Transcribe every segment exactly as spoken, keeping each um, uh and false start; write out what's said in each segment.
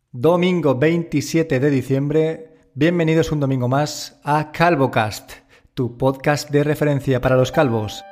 Domingo veintisiete de diciembre, bienvenidos un domingo más a CalvoCast, tu podcast de referencia para los calvos.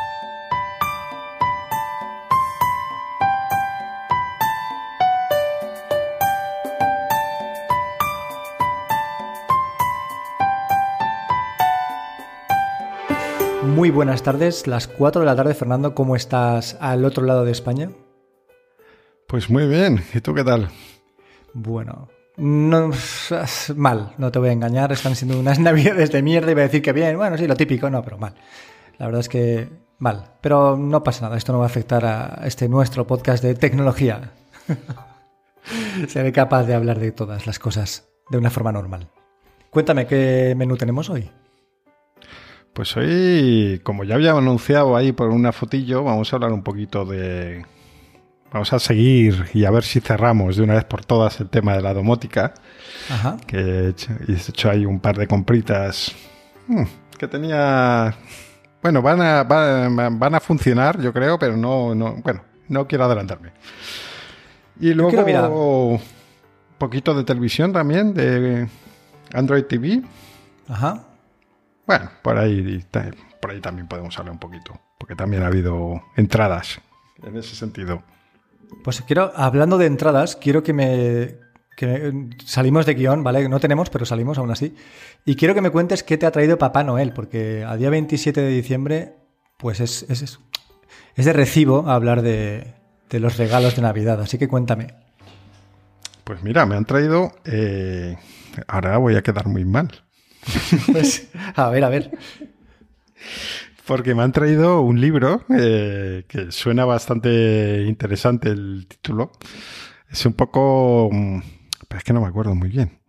Muy buenas tardes, las cuatro de la tarde. Fernando, ¿cómo estás al otro lado de España? Pues muy bien, ¿y tú qué tal? Bueno, no, mal, no te voy a engañar, están siendo unas navidades de mierda y voy a decir que bien, bueno, sí, lo típico, no, pero mal. La verdad es que mal, pero no pasa nada, esto no va a afectar a este nuestro podcast de tecnología. Seré capaz de hablar de todas las cosas de una forma normal. Cuéntame, ¿qué menú tenemos hoy? Pues hoy, como ya había anunciado ahí por una fotillo, vamos a hablar un poquito de... Vamos a seguir y a ver si cerramos de una vez por todas el tema de la domótica. Ajá. Que he hecho, he hecho ahí un par de compritas mmm, que tenía... Bueno, van a, van, van a funcionar, yo creo, pero no, no, bueno, no quiero adelantarme. Y luego quiero, mira... un poquito de televisión también, de Android T V. Ajá. Bueno, por ahí, por ahí también podemos hablar un poquito, porque también ha habido entradas en ese sentido. Pues quiero, hablando de entradas, quiero que me, que me... Salimos de guión, ¿vale? No tenemos, pero salimos aún así. Y quiero que me cuentes qué te ha traído Papá Noel, porque a día veintisiete de diciembre, pues es, es, es de recibo hablar de, de los regalos de Navidad. Así que cuéntame. Pues mira, me han traído... Eh, ahora voy a quedar muy mal. Pues, a ver, a ver. Porque me han traído un libro eh, que suena bastante interesante el título. Es un poco... Pero es que no me acuerdo muy bien.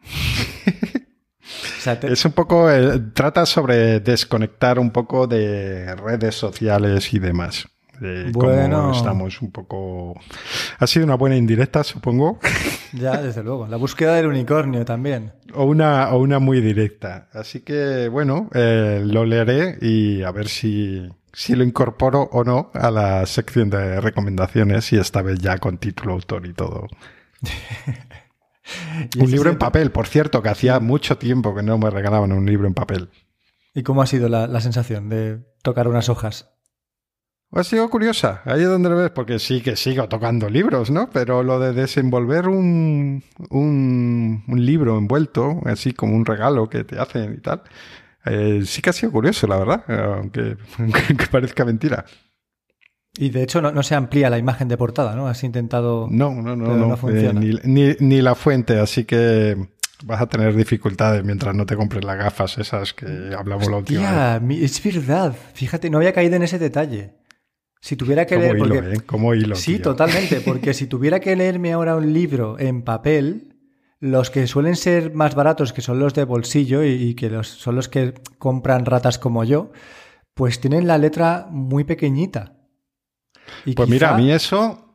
O sea, te... Es un poco... Eh, trata sobre desconectar un poco de redes sociales y demás. Eh, bueno. Como estamos un poco... Ha sido una buena indirecta, supongo. Ya, desde luego. La búsqueda del unicornio también. O una, o una muy directa. Así que, bueno, eh, lo leeré y a ver si, si lo incorporo o no a la sección de recomendaciones y esta vez ya con título, autor y todo. ¿Y un libro en papel, por cierto, que hacía mucho tiempo que no me regalaban un libro en papel. ¿Y cómo ha sido la, la sensación de tocar unas hojas? Ha sido curiosa, ahí es donde lo ves, porque sí que sigo tocando libros, ¿no? Pero lo de desenvolver un, un, un libro envuelto, así como un regalo que te hacen y tal, eh, sí que ha sido curioso, la verdad, aunque, aunque parezca mentira. Y de hecho no, no se amplía la imagen de portada, ¿no? Has intentado... No, no, no, no, no eh, funciona. ni, ni, ni la fuente, así que vas a tener dificultades mientras no te compres las gafas esas que hablamos Hostia, la última vez. Es verdad, fíjate, no había caído en ese detalle. Si tuviera que como leer... hilo, Porque... ¿eh? Como hilo, Sí, tío. totalmente, porque si tuviera que leerme ahora un libro en papel, los que suelen ser más baratos, que son los de bolsillo y, y que los, son los que compran ratas como yo, pues tienen la letra muy pequeñita. Y pues quizá... mira, a mí eso,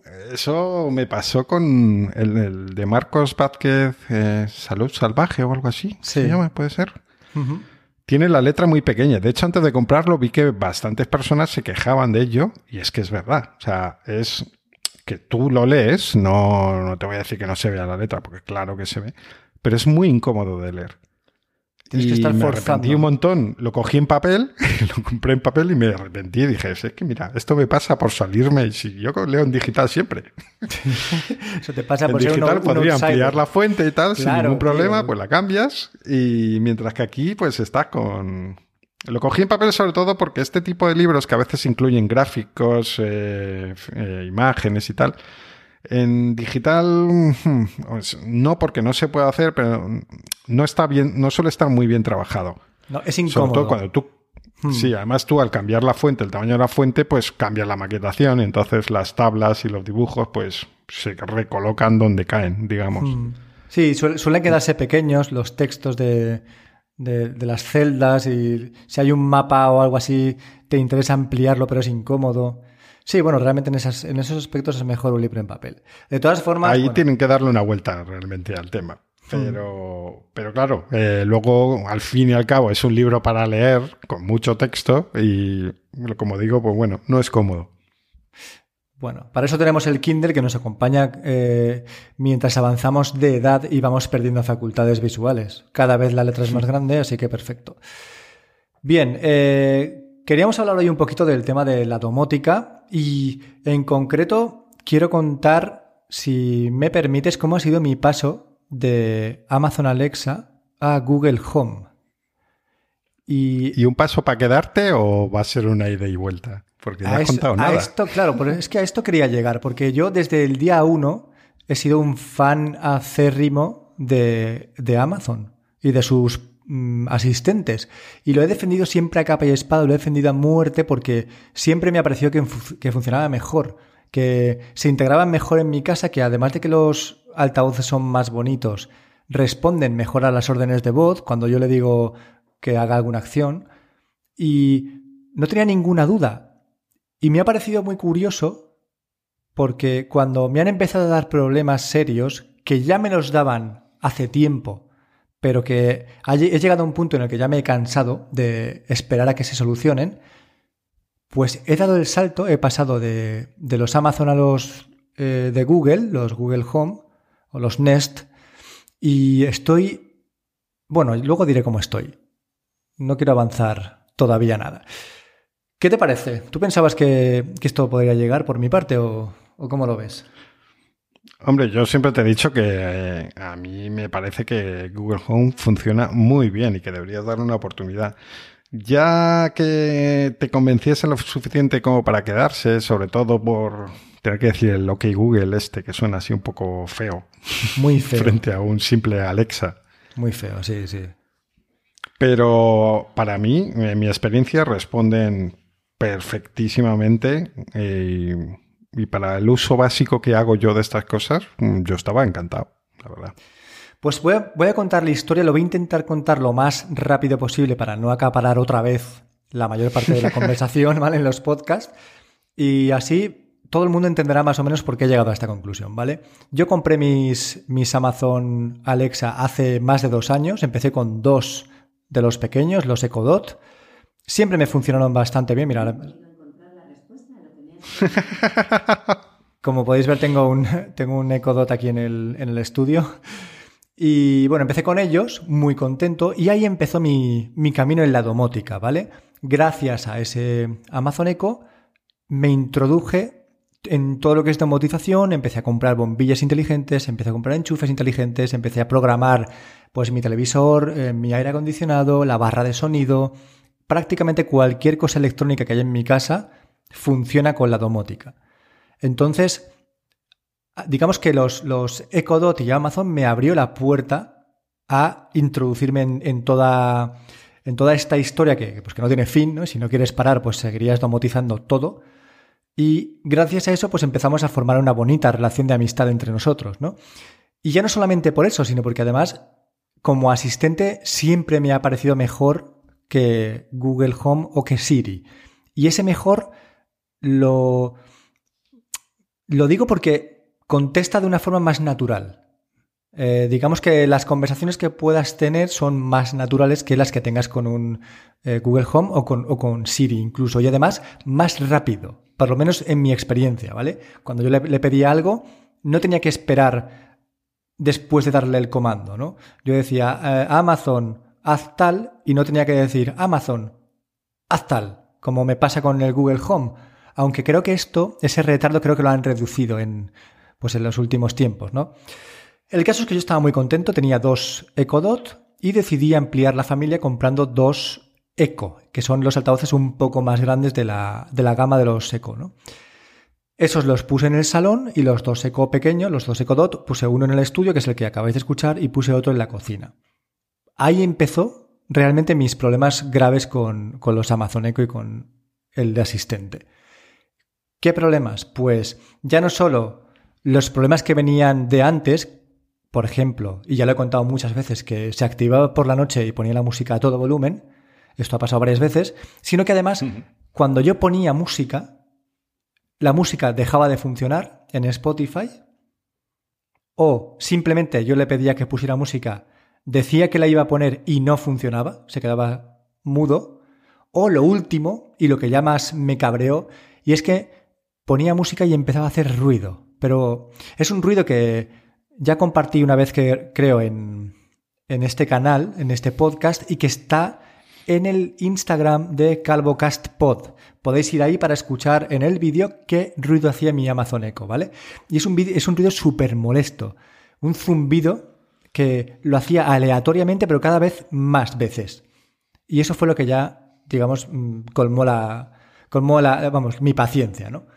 eso me pasó con el, el de Marcos Vázquez, eh, Salud Salvaje o algo así, Sí. ¿se llama? ¿Puede ser? Uh-huh. Tiene la letra muy pequeña. De hecho, antes de comprarlo vi que bastantes personas se quejaban de ello y es que es verdad. O sea, es que tú lo lees, no, no te voy a decir que no se vea la letra, porque claro que se ve, pero es muy incómodo de leer. Tienes y que estar me forzando. arrepentí un montón. Lo cogí en papel, lo compré en papel y me arrepentí. Dije, es que mira, esto me pasa por salirme. Y si yo leo en digital siempre. Eso te pasa en por ser digital un, podría un ampliar la fuente y tal, claro, sin ningún problema, tío. Pues la cambias. Y mientras que aquí, pues estás con... Lo cogí en papel sobre todo porque este tipo de libros que a veces incluyen gráficos, eh, eh, imágenes y tal... En digital, no porque no se puede hacer, pero no está bien, no suele estar muy bien trabajado. No, es incómodo. Sobre todo cuando tú, hmm. sí, además tú al cambiar la fuente, el tamaño de la fuente, pues cambias la maquetación, entonces las tablas y los dibujos, pues se recolocan donde caen, digamos. Hmm. Sí, su- suelen quedarse pequeños los textos de, de, de las celdas y si hay un mapa o algo así, te interesa ampliarlo, pero es incómodo. Sí, bueno, realmente en, esas, en esos aspectos es mejor un libro en papel. De todas formas... Ahí bueno, tienen que darle una vuelta realmente al tema. Pero, mm. pero claro, eh, luego al fin y al cabo es un libro para leer con mucho texto y como digo, pues bueno, no es cómodo. Bueno, para eso tenemos el Kindle que nos acompaña eh, mientras avanzamos de edad y vamos perdiendo facultades visuales. Cada vez la letra es más grande, así que perfecto. Bien, eh, queríamos hablar hoy un poquito del tema de la domótica y en concreto quiero contar, si me permites, cómo ha sido mi paso de Amazon Alexa a Google Home. Y, ¿Y un paso para quedarte o va a ser una ida y vuelta? Porque no has eso, contado nada. A esto, claro, pero es que a esto quería llegar, porque yo desde el día uno he sido un fan acérrimo de, de Amazon y de sus mm, asistentes. Y lo he defendido siempre a capa y espada, lo he defendido a muerte porque siempre me ha parecido que, que funcionaba mejor, que se integraban mejor en mi casa, que además de que los altavoces son más bonitos, responden mejor a las órdenes de voz cuando yo le digo que haga alguna acción. Y no tenía ninguna duda. Y me ha parecido muy curioso porque cuando me han empezado a dar problemas serios, que ya me los daban hace tiempo, pero que he llegado a un punto en el que ya me he cansado de esperar a que se solucionen, pues he dado el salto, he pasado de, de los Amazon a los eh, de Google, los Google Home o los Nest, y estoy... Bueno, luego diré cómo estoy. No quiero avanzar todavía nada. ¿Qué te parece? ¿Tú pensabas que, que esto podría llegar por mi parte o, o cómo lo ves? Hombre, yo siempre te he dicho que eh, a mí me parece que Google Home funciona muy bien y que deberías darle una oportunidad. Ya que te convenciese lo suficiente como para quedarse, sobre todo por tener que decir el OK Google este, que suena así un poco feo. Muy feo. Frente a un simple Alexa. Muy feo, sí, sí. Pero para mí, en mi experiencia, responden perfectísimamente eh, y para el uso básico que hago yo de estas cosas, yo estaba encantado, la verdad. Pues voy a, voy a contar la historia, lo voy a intentar contar lo más rápido posible para no acaparar otra vez la mayor parte de la conversación, ¿vale? En los podcasts. Y así todo el mundo entenderá más o menos por qué he llegado a esta conclusión, ¿vale? Yo compré mis, mis Amazon Alexa hace más de dos años, empecé con dos de los pequeños, los Echo Dot. Siempre me funcionaron bastante bien. Mira, como podéis ver, tengo un, tengo un Echo Dot aquí en el, en el estudio. Y bueno, empecé con ellos, muy contento, y ahí empezó mi, mi camino en la domótica, ¿vale? Gracias a ese Amazon Echo me introduje en todo lo que es domotización, empecé a comprar bombillas inteligentes, empecé a comprar enchufes inteligentes, empecé a programar pues mi televisor, eh, mi aire acondicionado, la barra de sonido. Prácticamente cualquier cosa electrónica que haya en mi casa funciona con la domótica. Entonces, digamos que los, los Echo Dot y Amazon me abrió la puerta a introducirme en, en, toda, en toda esta historia que, pues que no tiene fin, ¿no? Si no quieres parar, pues seguirías domotizando todo. Y gracias a eso, pues empezamos a formar una bonita relación de amistad entre nosotros, ¿no? Y ya no solamente por eso, sino porque además, como asistente, siempre me ha parecido mejor que Google Home o que Siri. Y ese mejor lo, lo digo porque contesta de una forma más natural. Eh, digamos que las conversaciones que puedas tener son más naturales que las que tengas con un eh, Google Home o con, o con Siri incluso. Y además, más rápido, por lo menos en mi experiencia, ¿vale? Cuando yo le, le pedía algo, no tenía que esperar después de darle el comando, ¿no? Yo decía, eh, Amazon, haz tal, y no tenía que decir, Amazon, haz tal, como me pasa con el Google Home. Aunque creo que esto, ese retardo creo que lo han reducido en, pues en los últimos tiempos, ¿no? El caso es que yo estaba muy contento, tenía dos Echo Dot y decidí ampliar la familia comprando dos Echo, que son los altavoces un poco más grandes de la, de la gama de los Echo, ¿no? Esos los puse en el salón y los dos Echo pequeños, los dos Echo Dot, puse uno en el estudio, que es el que acabáis de escuchar, y puse otro en la cocina. Ahí empezó realmente mis problemas graves con, con los Amazon Echo y con el de asistente. ¿Qué problemas? Pues ya no solo los problemas que venían de antes, por ejemplo, y ya lo he contado muchas veces, que se activaba por la noche y ponía la música a todo volumen, esto ha pasado varias veces, sino que además, uh-huh. cuando yo ponía música, la música dejaba de funcionar en Spotify, o simplemente yo le pedía que pusiera música, decía que la iba a poner y no funcionaba, se quedaba mudo, o lo último, y lo que ya más me cabreó, y es que ponía música y empezaba a hacer ruido. Pero es un ruido que ya compartí una vez, que creo, en, en este canal, en este podcast, y que está en el Instagram de CalvoCastPod. Podéis ir ahí para escuchar en el vídeo qué ruido hacía mi Amazon Echo, ¿vale? Y es un, vídeo, es un ruido súper molesto. Un zumbido que lo hacía aleatoriamente, pero cada vez más veces. Y eso fue lo que ya, digamos, colmó la, colmó la, vamos, mi paciencia, ¿no?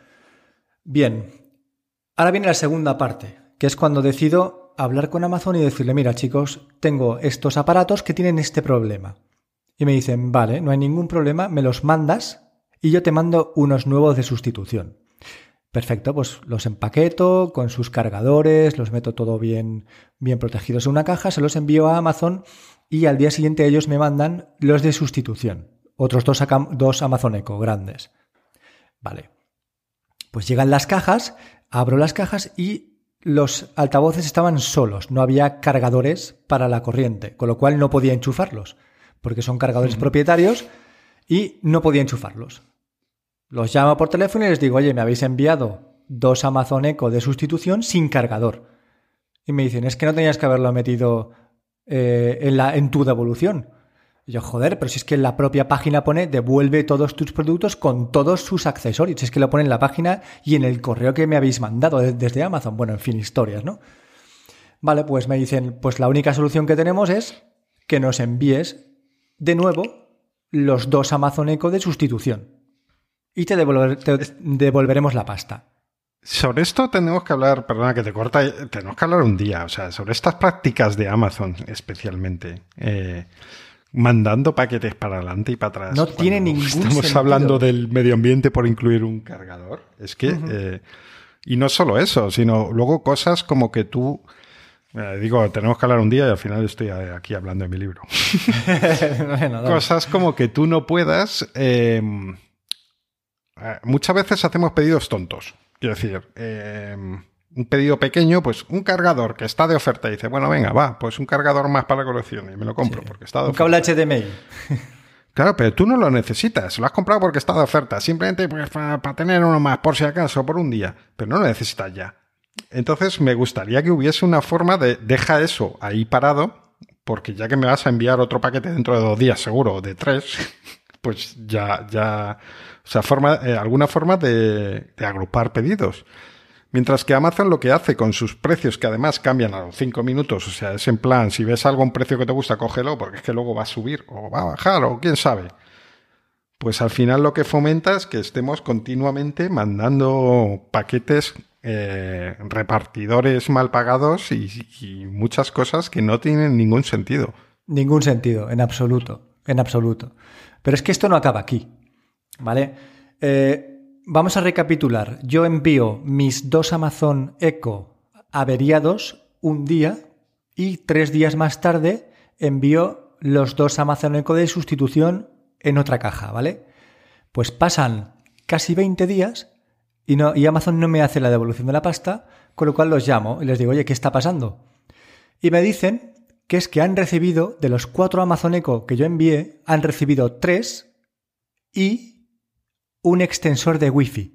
Bien. Ahora viene la segunda parte, que es cuando decido hablar con Amazon y decirle, mira chicos, tengo estos aparatos que tienen este problema. Y me dicen, vale, no hay ningún problema, me los mandas y yo te mando unos nuevos de sustitución. Perfecto, pues los empaqueto con sus cargadores, los meto todo bien, bien protegidos en una caja, se los envío a Amazon y al día siguiente ellos me mandan los de sustitución. Otros dos, dos Amazon Echo grandes. Vale. Pues llegan las cajas, abro las cajas y los altavoces estaban solos. No había cargadores para la corriente, con lo cual no podía enchufarlos, porque son cargadores uh-huh. propietarios y no podía enchufarlos. Los llamo por teléfono y les digo, oye, me habéis enviado dos Amazon Echo de sustitución sin cargador. Y me dicen, es que no tenías que haberlo metido eh, en, la, en tu devolución. Y yo, joder, pero si es que en la propia página pone devuelve todos tus productos con todos sus accesorios. Si es que lo pone en la página y en el correo que me habéis mandado desde Amazon. Bueno, en fin, historias, ¿no? Vale, pues me dicen, pues la única solución que tenemos es que nos envíes de nuevo los dos Amazon Echo de sustitución. Y te, devolver, te devolveremos la pasta. Sobre esto tenemos que hablar, perdona que te corta, tenemos que hablar un día, o sea, sobre estas prácticas de Amazon especialmente. Eh... Mandando paquetes para adelante y para atrás. No tiene ningún Estamos sentido. hablando del medio ambiente por incluir un cargador. Es que... Uh-huh. Eh, y no solo eso, sino luego cosas como que tú... Eh, digo, tenemos que hablar un día y al final estoy aquí hablando de mi libro. Bueno, cosas como que tú no puedas... Eh, muchas veces hacemos pedidos tontos. Quiero decir... Eh, un pedido pequeño, pues un cargador que está de oferta y dice, bueno, venga, va, pues un cargador más para la colección y me lo compro sí. porque está de un oferta. Un cable H D M I. Claro, pero tú no lo necesitas, lo has comprado porque está de oferta, simplemente pues, para, para tener uno más por si acaso, por un día, pero no lo necesitas ya. Entonces me gustaría que hubiese una forma de deja eso ahí parado, porque ya que me vas a enviar otro paquete dentro de dos días seguro, o de tres, pues ya, ya, o sea, forma, eh, alguna forma de, de agrupar pedidos. Mientras que Amazon lo que hace con sus precios, que además cambian a los cinco minutos, o sea, es en plan, si ves algo a un precio que te gusta, cógelo, porque es que luego va a subir, o va a bajar, o quién sabe. Pues al final lo que fomenta es que estemos continuamente mandando paquetes, eh, repartidores mal pagados y, y muchas cosas que no tienen ningún sentido. Ningún sentido, en absoluto, en absoluto. Pero es que esto no acaba aquí, ¿vale? Eh... Vamos a recapitular. Yo envío mis dos Amazon Echo averiados un día y tres días más tarde envío los dos Amazon Echo de sustitución en otra caja, ¿vale? Pues pasan casi veinte días y, no, y Amazon no me hace la devolución de la pasta, con lo cual los llamo y les digo, oye, ¿qué está pasando? Y me dicen que es que han recibido, de los cuatro Amazon Echo que yo envié, han recibido tres y un extensor de Wi-Fi.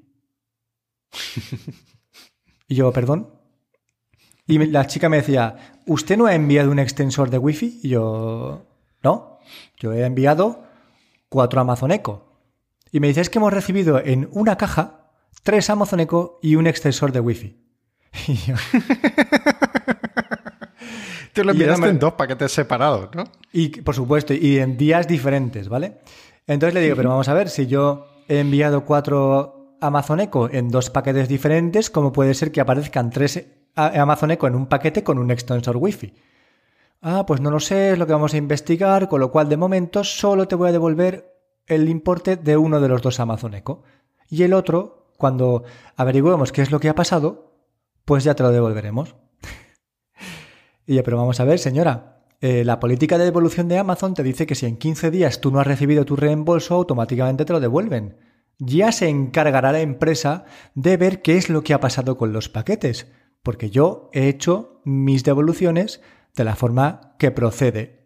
Y yo, ¿perdón? Y la chica me decía, ¿usted no ha enviado un extensor de Wi-Fi? Y yo, no, yo he enviado cuatro Amazon Echo. Y me dice, es que hemos recibido en una caja tres Amazon Echo y un extensor de Wi-Fi. Y yo... Te lo enviaste me... en dos paquetes separados, ¿no? Y, por supuesto, y en días diferentes, ¿vale? Entonces le digo, pero vamos a ver, si yo... he enviado cuatro Amazon Echo en dos paquetes diferentes, ¿cómo puede ser que aparezcan tres Amazon Echo en un paquete con un extensor Wi-Fi? Ah, pues no lo sé, es lo que vamos a investigar, con lo cual de momento solo te voy a devolver el importe de uno de los dos Amazon Echo. Y el otro, cuando averigüemos qué es lo que ha pasado, pues ya te lo devolveremos. Y yo, pero vamos a ver, señora, Eh, la política de devolución de Amazon te dice que si en quince días tú no has recibido tu reembolso, automáticamente te lo devuelven. Ya se encargará la empresa de ver qué es lo que ha pasado con los paquetes, porque yo he hecho mis devoluciones de la forma que procede.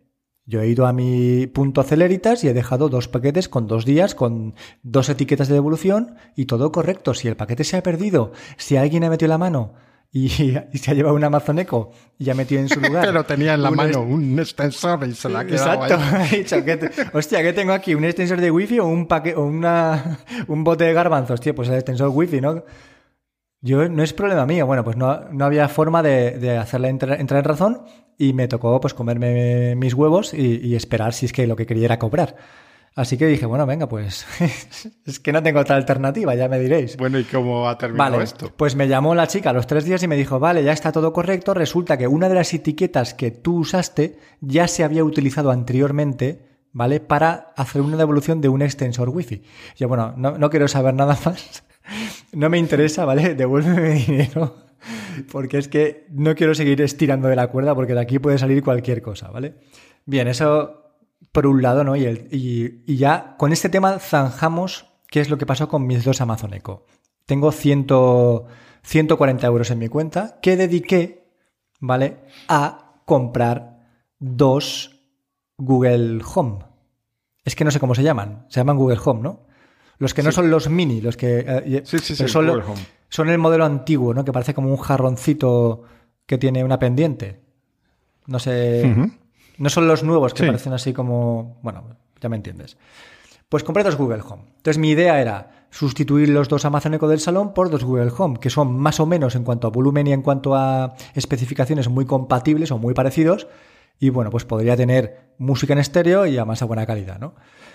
Yo he ido a mi punto Celeritas y he dejado dos paquetes con dos días, con dos etiquetas de devolución y todo correcto. Si el paquete se ha perdido, si alguien ha metido la mano y, y se ha llevado un Amazon Echo y ha metido en su lugar... Pero tenía en la un mano est- un extensor y se la ha quedado Exacto. ahí. He dicho, ¿qué te- hostia, ¿qué tengo aquí? ¿Un extensor de wifi o un paque o una un bote de garbanzos? Tío, pues el extensor wifi, ¿no? Yo, no es problema mío. Bueno, pues no, no había forma de, de hacerle entrar, entrar en razón y me tocó pues comerme mis huevos y, y esperar si es que lo que quería era cobrar. Así que dije, bueno, venga, pues es que no tengo otra alternativa, ya me diréis. Bueno, ¿y cómo ha terminado Vale, esto? pues me llamó la chica a los tres días y me dijo, vale, ya está todo correcto. Resulta que una de las etiquetas que tú usaste ya se había utilizado anteriormente, ¿vale? Para hacer una devolución de un extensor wifi. Yo, bueno, no, no quiero saber nada más. No me interesa, ¿vale? Devuélveme mi dinero. Porque es que no quiero seguir estirando de la cuerda porque de aquí puede salir cualquier cosa, ¿vale? Bien, eso por un lado, ¿no? Y, el, y, y ya con este tema zanjamos qué es lo que pasó con mis dos Amazon Echo. Tengo cien, ciento cuarenta euros en mi cuenta que dediqué, ¿vale? A comprar dos Google Home. Es que no sé cómo se llaman. Se llaman Google Home, ¿no? Los que no Sí. son los mini, los que... Eh, Sí, sí, sí, pero son, Google lo- Home. son el modelo antiguo, ¿no? Que parece como un jarroncito que tiene una pendiente. No sé... Ujú. No son los nuevos que Sí. parecen así como... Bueno, ya me entiendes. Pues compré dos Google Home. Entonces mi idea era sustituir los dos Amazon Echo del salón por dos Google Home, que son más o menos en cuanto a volumen y en cuanto a especificaciones muy compatibles o muy parecidos. Y bueno, pues podría tener música en estéreo y además a buena calidad, ¿no?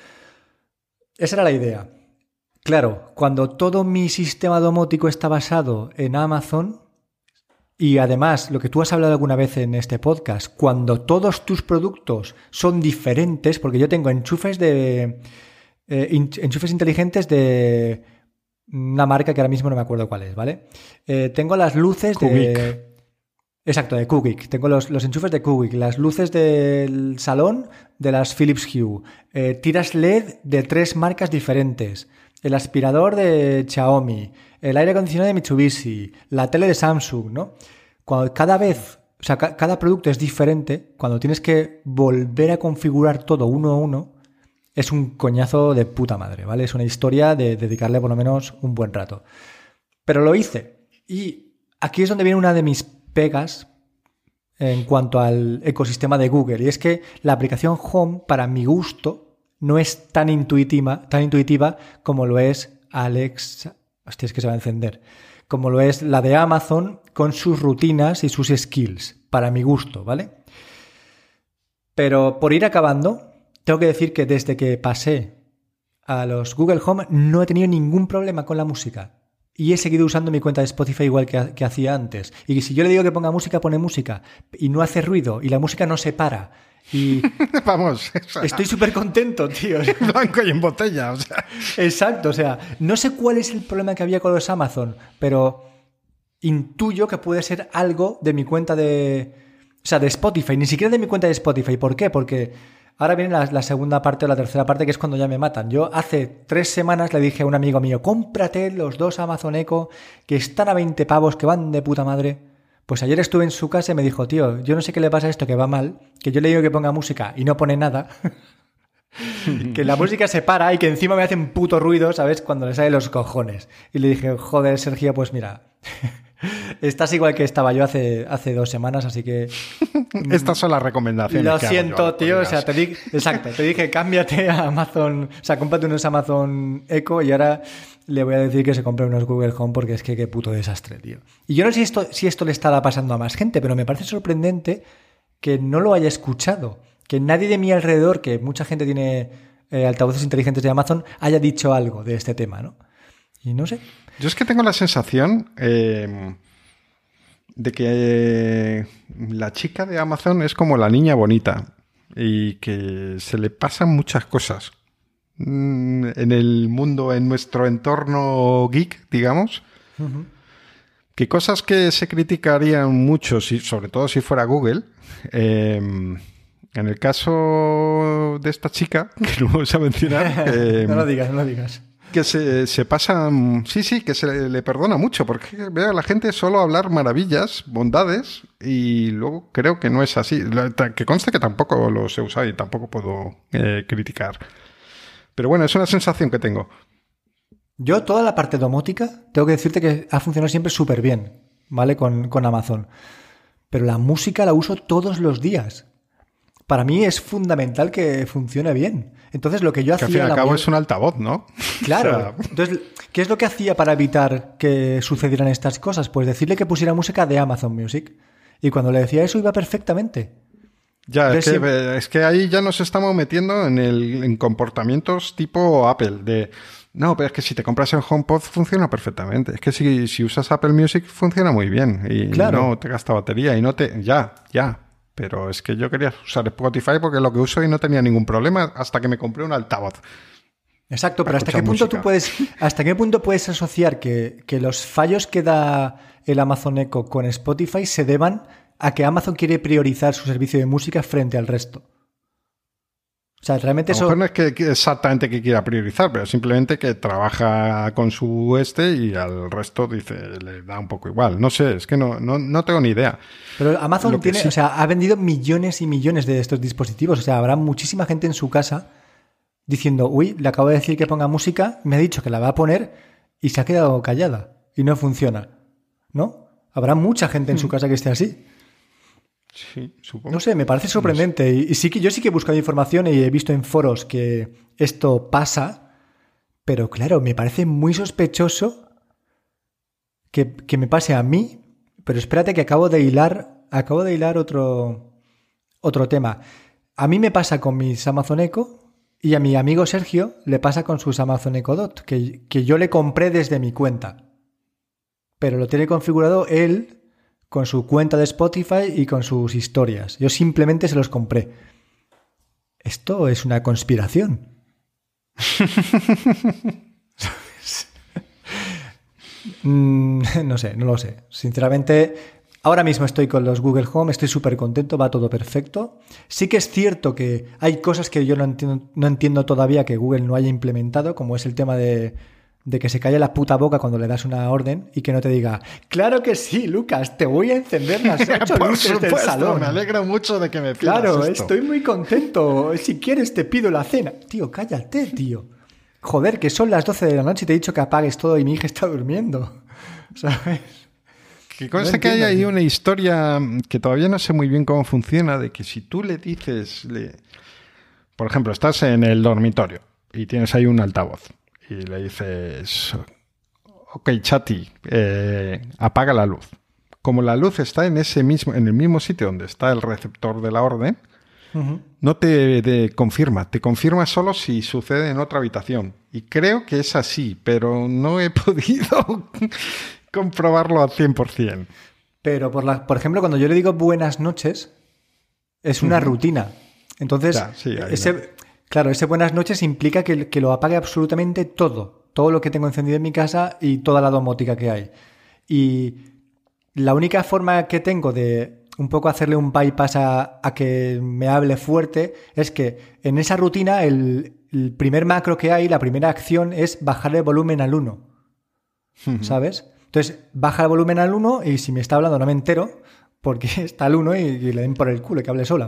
Esa era la idea. Claro, cuando todo mi sistema domótico está basado en Amazon y además lo que tú has hablado alguna vez en este podcast, cuando todos tus productos son diferentes, porque yo tengo enchufes de eh, enchufes inteligentes de una marca que ahora mismo no me acuerdo cuál es, ¿vale? Eh, tengo las luces Kubik. de... Exacto, de Kubik. Tengo los, los enchufes de Kubik, las luces del salón de las Philips Hue, eh, tiras L E D de tres marcas diferentes, el aspirador de Xiaomi, el aire acondicionado de Mitsubishi, la tele de Samsung, ¿no? Cuando cada vez, o sea, ca- cada producto es diferente, cuando tienes que volver a configurar todo uno a uno, es un coñazo de puta madre, ¿vale? Es una historia de dedicarle por lo menos un buen rato. Pero lo hice. Y aquí es donde viene una de mis pegas en cuanto al ecosistema de Google. Y es que la aplicación Home, para mi gusto, no es tan intuitiva, tan intuitiva como lo es Alexa. Hostia, es que se va a encender. Como lo es la de Amazon con sus rutinas y sus skills. Para mi gusto, ¿vale? Pero por ir acabando, tengo que decir que desde que pasé a los Google Home no he tenido ningún problema con la música. Y he seguido usando mi cuenta de Spotify igual que, que hacía antes. Y si yo le digo que ponga música, pone música. Y no hace ruido. Y la música no se para. Y Vamos, o sea, estoy súper contento, tío. blanco y en botella. O sea. Exacto. O sea, no sé cuál es el problema que había con los Amazon, pero intuyo que puede ser algo de mi cuenta de... O sea, de Spotify. Ni siquiera de mi cuenta de Spotify. ¿Por qué? Porque... ahora viene la, la segunda parte o la tercera parte, que es cuando ya me matan. Yo hace tres semanas le dije a un amigo mío, cómprate los dos Amazon Echo que están a veinte pavos, que van de puta madre. Pues ayer estuve en su casa y me dijo, tío, yo no sé qué le pasa a esto, que va mal, que yo le digo que ponga música y no pone nada, que la música se para y que encima me hacen puto ruido, ¿sabes? Cuando le sale los cojones. Y le dije, joder, Sergio, pues mira... estás igual que estaba yo hace, hace dos semanas, así que... Estas son las recomendaciones. Lo que hago siento, yo a los tío. O colegas. sea, te dije, exacto, te dije, cámbiate a Amazon, o sea, cómprate unos Amazon Echo y ahora le voy a decir que se compre unos Google Home porque es que qué puto desastre, tío. Y yo no sé si esto, si esto le estará pasando a más gente, pero me parece sorprendente que no lo haya escuchado, que nadie de mi alrededor, que mucha gente tiene eh, altavoces inteligentes de Amazon, haya dicho algo de este tema, ¿no? Y no sé. Yo es que tengo la sensación eh, de que eh, la chica de Amazon es como la niña bonita y que se le pasan muchas cosas mm, en el mundo, en nuestro entorno geek, digamos. Uh-huh. Que cosas que se criticarían mucho, si, sobre todo si fuera Google, eh, en el caso de esta chica, que no vamos a mencionar... Eh, no lo digas, no lo digas. que se, se pasan... Sí, sí, que se le, le perdona mucho, porque veo a la gente solo hablar maravillas, bondades, y luego creo que no es así. Que conste que tampoco los he usado y tampoco puedo eh, criticar. Pero bueno, es una sensación que tengo. Yo toda la parte domótica, tengo que decirte que ha funcionado siempre súper bien, ¿vale? Con, con Amazon. Pero la música la uso todos los días. Para mí es fundamental que funcione bien. Entonces lo que yo que hacía... al fin y al cabo mayor... es un altavoz, ¿no? Claro. O sea... Entonces, ¿qué es lo que hacía para evitar que sucedieran estas cosas? Pues decirle que pusiera música de Amazon Music. Y cuando le decía eso iba perfectamente. Ya, es que, siempre... es que ahí ya nos estamos metiendo en, el, en comportamientos tipo Apple, de... No, pero es que si te compras el HomePod funciona perfectamente. Es que si, si usas Apple Music funciona muy bien y claro. no te gasta batería y no te... Ya, ya. Pero es que yo quería usar Spotify porque es lo que uso y no tenía ningún problema hasta que me compré un altavoz. Exacto, pero ¿hasta qué punto tú puedes, hasta qué punto puedes asociar que, que los fallos que da el Amazon Echo con Spotify se deban a que Amazon quiere priorizar su servicio de música frente al resto? O sea, realmente a lo eso... mejor no es que, que exactamente que quiera priorizar, pero simplemente que trabaja con su este y al resto dice, le da un poco igual. No sé, es que no, no, no tengo ni idea. Pero Amazon tiene, sí... o sea, ha vendido millones y millones de estos dispositivos. O sea, habrá muchísima gente en su casa diciendo, uy, le acabo de decir que ponga música, me ha dicho que la va a poner y se ha quedado callada y no funciona. ¿No? Habrá mucha gente en su casa que esté así. Sí, supongo. No sé, me parece sorprendente. Y, y sí que yo sí que he buscado información y he visto en foros que esto pasa, pero claro, me parece muy sospechoso que, que me pase a mí. Pero espérate que acabo de hilar, acabo de hilar otro, otro tema. A mí me pasa con mis Amazon Echo y a mi amigo Sergio le pasa con sus Amazon Echo Dot, que, que yo le compré desde mi cuenta. Pero lo tiene configurado él con su cuenta de Spotify y con sus historias. Yo simplemente se los compré. Esto es una conspiración. mm, no sé, no lo sé. Sinceramente, ahora mismo estoy con los Google Home, estoy súper contento, va todo perfecto. Sí que es cierto que hay cosas que yo no entiendo, no entiendo todavía que Google no haya implementado, como es el tema de... de que se calle la puta boca cuando le das una orden y que no te diga, claro que sí, Lucas, te voy a encender las ocho Por luces supuesto, del salón. Me alegro mucho de que me pidas Claro, esto. Estoy muy contento. Si quieres te pido la cena. Tío, cállate, tío. Joder, que son las doce de la noche y te he dicho que apagues todo y mi hija está durmiendo. ¿Sabes? Que conste no que hay ahí tío. Una historia que todavía no sé muy bien cómo funciona, de que si tú le dices, le... por ejemplo, estás en el dormitorio y tienes ahí un altavoz. Y le dices, ok, Chati, eh, apaga la luz. Como la luz está en ese mismo, en el mismo sitio donde está el receptor de la orden, uh-huh. no te, te confirma. Te confirma solo si sucede en otra habitación. Y creo que es así, pero no he podido comprobarlo al cien por ciento. Pero, por, la, por ejemplo, cuando yo le digo buenas noches, es una uh-huh. rutina. Entonces, ya, sí, ese... No. Claro, ese buenas noches implica que, que lo apague absolutamente todo. Todo lo que tengo encendido en mi casa y toda la domótica que hay. Y la única forma que tengo de un poco hacerle un bypass a, a que me hable fuerte es que en esa rutina el, el primer macro que hay, la primera acción es bajar el volumen al uno. Uh-huh. ¿Sabes? Entonces, baja el volumen al uno y si me está hablando no me entero porque está al uno y, y le den por el culo y que hable sola.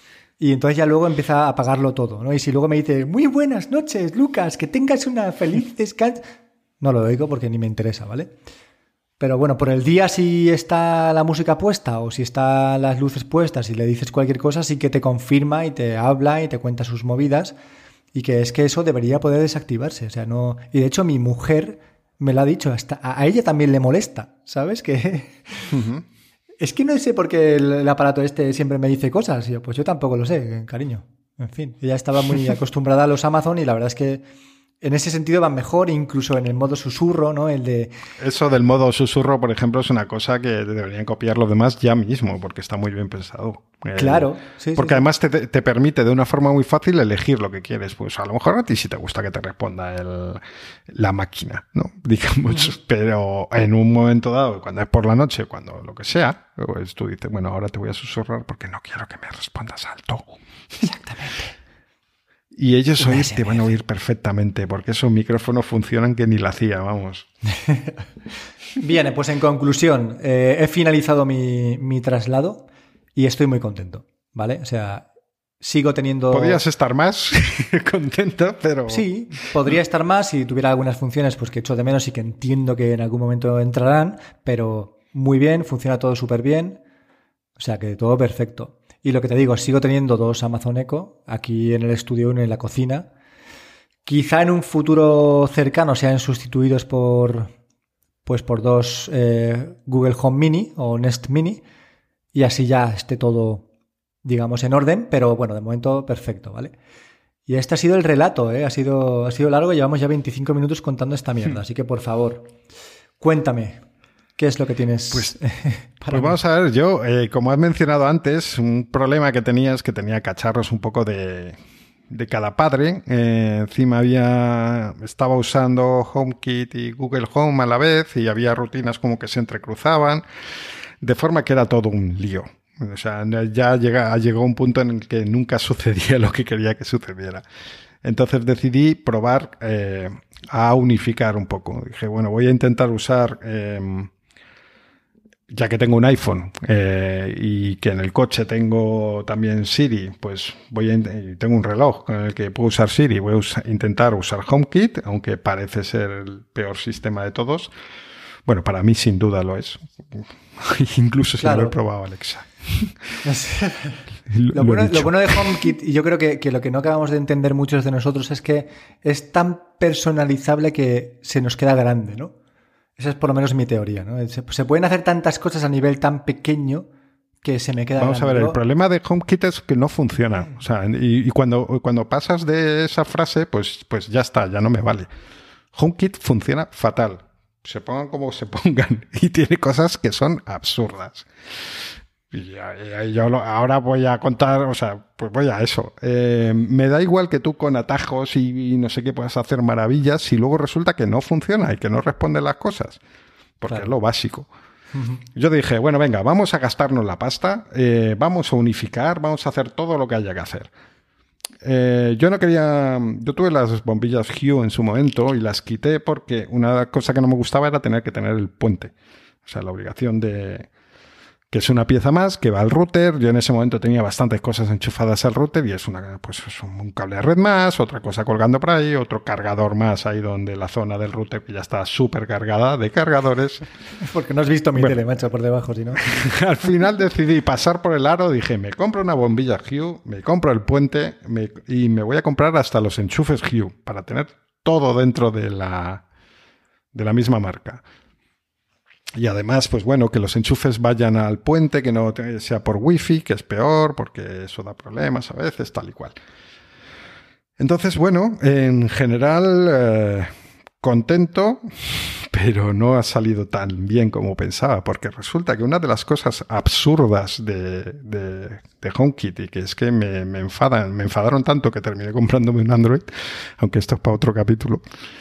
Y entonces ya luego empieza a apagarlo todo, ¿no? Y si luego me dice, muy buenas noches, Lucas, que tengas una feliz descanso... No lo oigo porque ni me interesa, ¿vale? Pero bueno, por el día si está la música puesta o si están las luces puestas y le dices cualquier cosa, sí que te confirma y te habla y te cuenta sus movidas y que es que eso debería poder desactivarse. O sea, no... Y de hecho mi mujer me lo ha dicho, hasta a ella también le molesta, ¿sabes? Que... Uh-huh. Es que no sé por qué el, el aparato este siempre me dice cosas. Y yo, pues yo tampoco lo sé, cariño. En fin, ella estaba muy acostumbrada a los Amazon y la verdad es que en ese sentido van mejor, incluso en el modo susurro, ¿no? El de... Eso del modo susurro, por ejemplo, es una cosa que deberían copiar los demás ya mismo, porque está muy bien pensado. Claro. Eh, sí, porque sí, además sí. Te, te permite de una forma muy fácil elegir lo que quieres. Pues a lo mejor a ti sí te gusta que te responda el, la máquina, ¿no? Digamos, uh-huh. Pero en un momento dado, cuando es por la noche, cuando lo que sea, pues tú dices, bueno, ahora te voy a susurrar porque no quiero que me respondas alto. Exactamente. Y ellos oír te van a oír perfectamente, porque esos micrófonos funcionan que ni la hacía, vamos. Bien, pues en conclusión, eh, he finalizado mi, mi traslado y estoy muy contento, ¿vale? O sea, sigo teniendo... Podrías estar más contento, pero... Sí, podría estar más si tuviera algunas funciones pues que echo de menos y que entiendo que en algún momento entrarán, pero muy bien, funciona todo súper bien, o sea que todo perfecto. Y lo que te digo, sigo teniendo dos Amazon Echo aquí en el estudio, uno en la cocina. Quizá en un futuro cercano sean sustituidos por, pues por dos eh, Google Home Mini o Nest Mini y así ya esté todo, digamos, en orden, pero bueno, de momento perfecto, ¿vale? Y este ha sido el relato, ¿eh? Ha sido, ha sido largo, llevamos ya veinticinco minutos contando esta mierda, así que por favor, cuéntame, ¿qué es lo que tienes? Pues, para pues vamos a ver, yo, eh, como has mencionado antes, un problema que tenía es que tenía cacharros un poco de, de cada padre. Eh, encima había estaba usando HomeKit y Google Home a la vez y había rutinas como que se entrecruzaban, de forma que era todo un lío. O sea, ya llega, llegó un punto en el que nunca sucedía lo que quería que sucediera. Entonces decidí probar eh, a unificar un poco. Dije, bueno, voy a intentar usar... Eh, ya que tengo un iPhone eh, y que en el coche tengo también Siri, pues voy a y tengo un reloj con el que puedo usar Siri, voy a usar, intentar usar HomeKit, aunque parece ser el peor sistema de todos. Bueno, para mí sin duda lo es. Incluso si claro. No lo he probado, Alexa. lo, lo, bueno, lo bueno de HomeKit, y yo creo que, que lo que no acabamos de entender muchos de nosotros, es que es tan personalizable que se nos queda grande, ¿no? Esa es por lo menos mi teoría, ¿no? Se, se pueden hacer tantas cosas a nivel tan pequeño que se me queda Vamos grande. a ver, el problema de HomeKit es que no funciona. O sea, y, y cuando, cuando pasas de esa frase, pues, pues ya está, ya no me vale. HomeKit funciona fatal. Se pongan como se pongan. Y tiene cosas que son absurdas. Y ya, ya, yo lo, ahora voy a contar, o sea, pues voy a eso. Eh, me da igual que tú con atajos y, y no sé qué puedas hacer maravillas si luego resulta que no funciona y que no responde las cosas. Porque claro. Es lo básico. Uh-huh. Yo dije, bueno, venga, vamos a gastarnos la pasta, eh, vamos a unificar, vamos a hacer todo lo que haya que hacer. Eh, yo no quería... Yo tuve las bombillas Hue en su momento y las quité porque una cosa que no me gustaba era tener que tener el puente. O sea, la obligación de... que es una pieza más que va al router. Yo en ese momento tenía bastantes cosas enchufadas al router y es una pues es un cable de red más, otra cosa colgando por ahí, otro cargador más ahí donde la zona del router que ya está súper cargada de cargadores. Porque no has visto mi bueno, tele, macho, por debajo, si no. Al final decidí pasar por el aro, dije, me compro una bombilla Hue, me compro el puente me, y me voy a comprar hasta los enchufes Hue para tener todo dentro de la, de la misma marca. Y además, pues bueno, que los enchufes vayan al puente, que no sea por wifi, que es peor, porque eso da problemas a veces, tal y cual. Entonces, bueno, en general, eh, contento, pero no ha salido tan bien como pensaba, porque resulta que una de las cosas absurdas de, de, de HomeKit, y que es que me, me enfadan, me enfadaron tanto que terminé comprándome un Android, aunque esto es para otro capítulo.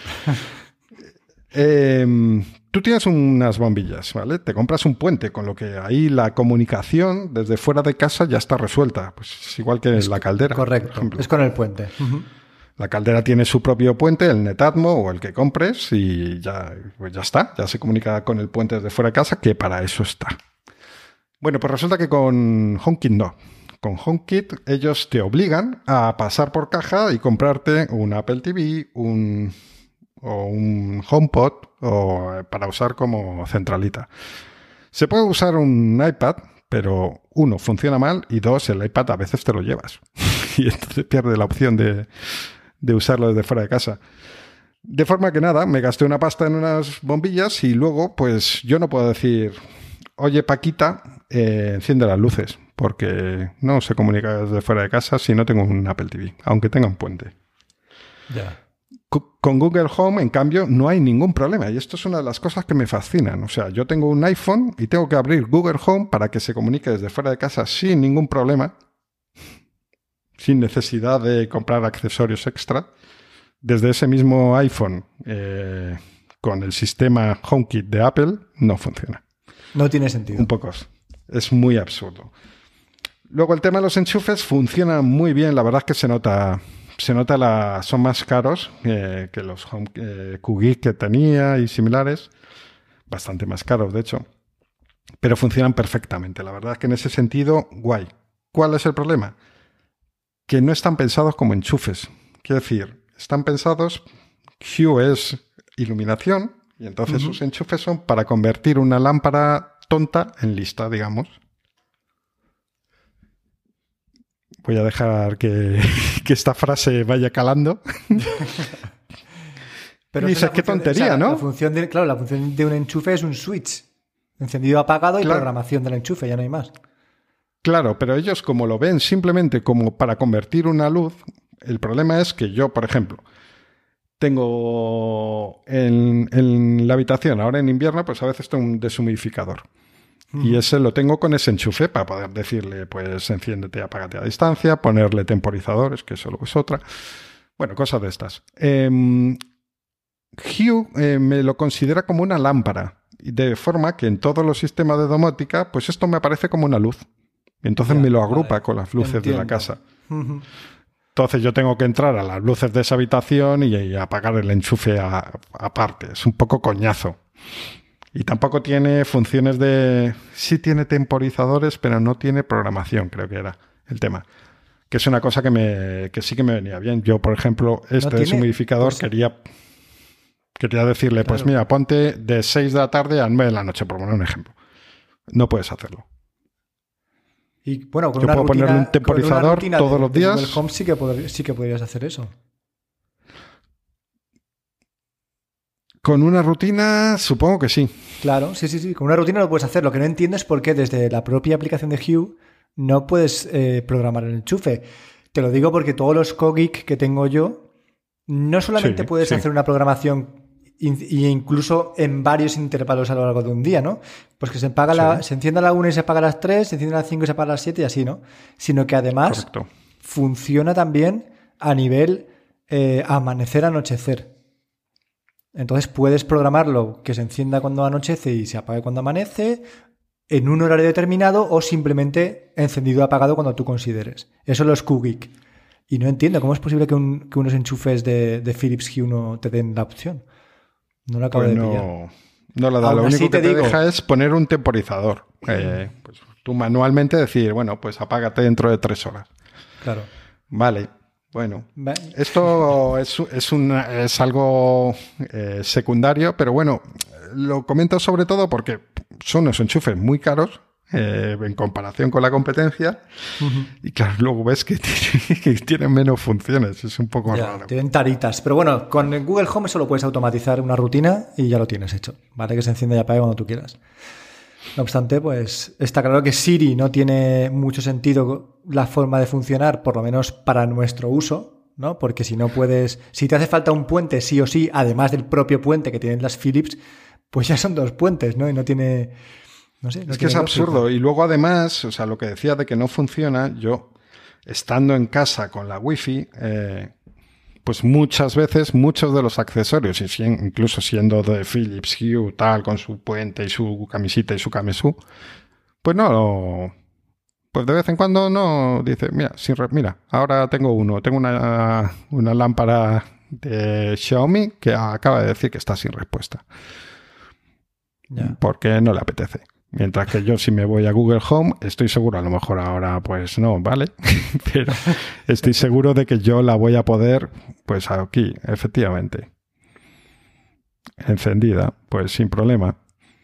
eh, Tú tienes unas bombillas, ¿vale? Te compras un puente, con lo que ahí la comunicación desde fuera de casa ya está resuelta. Pues es igual que es la caldera. Correcto, es con el puente. Uh-huh. La caldera tiene su propio puente, el Netatmo o el que compres, y ya, pues ya está. Ya se comunica con el puente desde fuera de casa, que para eso está. Bueno, pues resulta que con HomeKit no. Con HomeKit ellos te obligan a pasar por caja y comprarte un Apple T V, un... o un HomePod o para usar como centralita. Se puede usar un iPad, pero uno, funciona mal y dos, el iPad a veces te lo llevas y entonces pierde la opción de, de usarlo desde fuera de casa. De forma que nada, me gasté una pasta en unas bombillas y luego pues yo no puedo decir, oye Paquita, eh, enciende las luces, porque no se comunica desde fuera de casa si no tengo un Apple T V, aunque tenga un puente. Ya. Yeah. Con Google Home, en cambio, no hay ningún problema. Y esto es una de las cosas que me fascinan. O sea, yo tengo un iPhone y tengo que abrir Google Home para que se comunique desde fuera de casa sin ningún problema, sin necesidad de comprar accesorios extra. Desde ese mismo iPhone, eh, con el sistema HomeKit de Apple, no funciona. No tiene sentido. Un poco. Es muy absurdo. Luego, el tema de los enchufes funciona muy bien. La verdad es que se nota... se nota la, son más caros eh, que los Home eh, Q Geek que tenía y similares, bastante más caros, de hecho, pero funcionan perfectamente. La verdad es que en ese sentido, guay. ¿Cuál es el problema? Que no están pensados como enchufes. Quiero decir, están pensados, Hue es iluminación, y entonces uh-huh. sus enchufes son para convertir una lámpara tonta en lista, digamos. Voy a dejar que, que esta frase vaya calando. Pero y dices, qué tontería, de, o sea, ¿no? La función de, claro, la función de un enchufe es un switch. Encendido, apagado y claro. programación del enchufe, ya no hay más. Claro, pero ellos como lo ven simplemente como para convertir una luz, el problema es que yo, por ejemplo, tengo en, en la habitación, ahora en invierno, pues a veces tengo un deshumidificador. Y ese lo tengo con ese enchufe para poder decirle, pues, enciéndete, apágate a distancia, ponerle temporizadores, que eso luego es otra. Bueno, cosas de estas. Eh, Hue eh, me lo considera como una lámpara, de forma que en todos los sistemas de domótica, pues esto me aparece como una luz. Y entonces ya, me lo agrupa vale. con las luces Entiendo. de la casa. Uh-huh. Entonces yo tengo que entrar a las luces de esa habitación y, y apagar el enchufe a, aparte. Es un poco coñazo. Y tampoco tiene funciones de... Sí tiene temporizadores, pero no tiene programación, creo que era el tema. Que es una cosa que, me, que sí que me venía bien. Yo, por ejemplo, este ¿No deshumidificador pues... quería, quería decirle, claro. pues mira, ponte de seis de la tarde a nueve de la noche, por poner un ejemplo. No puedes hacerlo. Y bueno, con Yo una puedo rutina, ponerle un temporizador todos de, los días. En el Home sí que, podr- sí que podrías hacer eso. Con una rutina, supongo que sí. Claro, sí, sí, sí. Con una rutina lo puedes hacer. Lo que no entiendo es por qué desde la propia aplicación de Hue no puedes eh, programar el enchufe. Te lo digo porque todos los Cogeek que tengo yo, no solamente sí, puedes sí. hacer una programación e incluso en varios intervalos a lo largo de un día, ¿no? Pues que se apaga sí. la, se enciende a la una y se apaga a las tres, se enciende a las cinco y se apaga a las siete y así, ¿no? Sino que además Correcto. funciona también a nivel eh, amanecer-anochecer. Entonces puedes programarlo que se encienda cuando anochece y se apague cuando amanece, en un horario determinado o simplemente encendido o apagado cuando tú consideres. Eso es los Q-Geek. Y no entiendo cómo es posible que, un, que unos enchufes de, de Philips Hue no te den la opción. No lo acabo pues de no, pillar. No lo da. Aún lo único que te, te digo... deja es poner un temporizador. Eh, pues tú manualmente decir, bueno, pues apágate dentro de tres horas. Claro. Vale. Bueno, esto es, es, un, es algo eh, secundario, pero bueno, lo comento sobre todo porque son unos enchufes muy caros eh, en comparación con la competencia uh-huh. y claro, luego ves que, tiene, que tienen menos funciones, es un poco ya, raro. Tienen taritas, pero bueno, con el Google Home solo puedes automatizar una rutina y ya lo tienes hecho, ¿vale? Que se encienda y apague cuando tú quieras. No obstante, pues está claro que Siri no tiene mucho sentido la forma de funcionar, por lo menos para nuestro uso, ¿no? Porque si no puedes... Si te hace falta un puente sí o sí, además del propio puente que tienen las Philips, pues ya son dos puentes, ¿no? Y no tiene... No sé, no es que es absurdo. Y luego además, o sea, lo que decía de que no funciona, yo, estando en casa con la Wi-Fi... Eh, pues muchas veces, muchos de los accesorios, y incluso siendo de Philips Hue, tal, con su puente y su camisita y su camesú, pues no, pues de vez en cuando no, dice, mira, sin re, mira, ahora tengo uno, tengo una, una lámpara de Xiaomi que acaba de decir que está sin respuesta. Yeah. Porque no le apetece. Mientras que yo, si me voy a Google Home, estoy seguro, a lo mejor ahora pues no, ¿vale? Pero estoy seguro de que yo la voy a poder, pues aquí, efectivamente, encendida, pues sin problema.